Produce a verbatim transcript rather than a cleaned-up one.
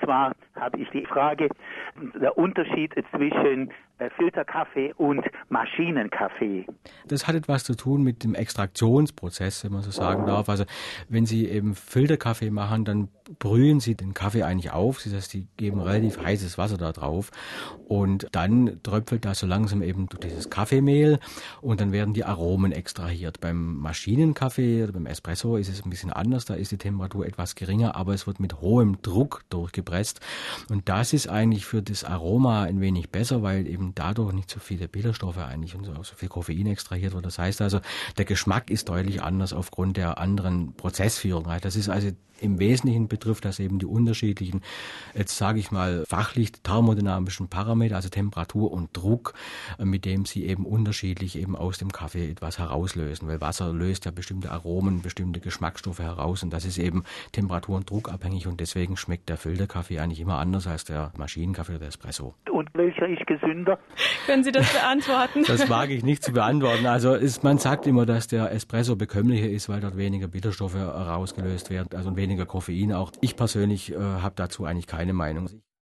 zwar habe ich die Frage, der Unterschied zwischen äh, Filterkaffee und Maschinenkaffee. Das hat etwas zu tun mit dem Extraktionsprozess, wenn man so sagen darf. Also wenn Sie eben Filterkaffee machen, dann brühen Sie den Kaffee eigentlich auf. Das heißt, Sie geben relativ heißes Wasser da drauf und dann tröpfelt da so langsam eben dieses Kaffeemehl und dann werden die Aromen extrahiert. Beim Maschinenkaffee oder beim Espresso ist es ein bisschen anders. Da ist die Temperatur etwas geringer, aber es wird mit hohem Druck durchgepresst. Und das ist eigentlich für das Aroma ein wenig besser, weil eben dadurch nicht so viele Bitterstoffe eigentlich und so, so viel Koffein extrahiert wird. Das heißt also, der Geschmack ist deutlich anders aufgrund der anderen Prozessführung. Das ist also im Wesentlichen betrifft das eben die unterschiedlichen, jetzt sage ich mal, fachlich thermodynamischen Parameter, also Temperatur und Druck, mit dem sie eben unterschiedlich eben aus dem Kaffee etwas herauslösen. Weil Wasser löst ja bestimmte Aromen, bestimmte Geschmacksstoffe heraus und das ist eben Temperatur- und Druckabhängig und deswegen schmeckt der Filterkaffee eigentlich immer anders als der Maschinenkaffee oder der Espresso. Und welcher ist gesünder? Können Sie das beantworten? Das wage ich nicht zu beantworten. Also ist, man sagt immer, dass der Espresso bekömmlicher ist, weil dort weniger Bitterstoffe herausgelöst werden, also weniger Koffein auch. Ich persönlich äh, habe dazu eigentlich keine Meinung.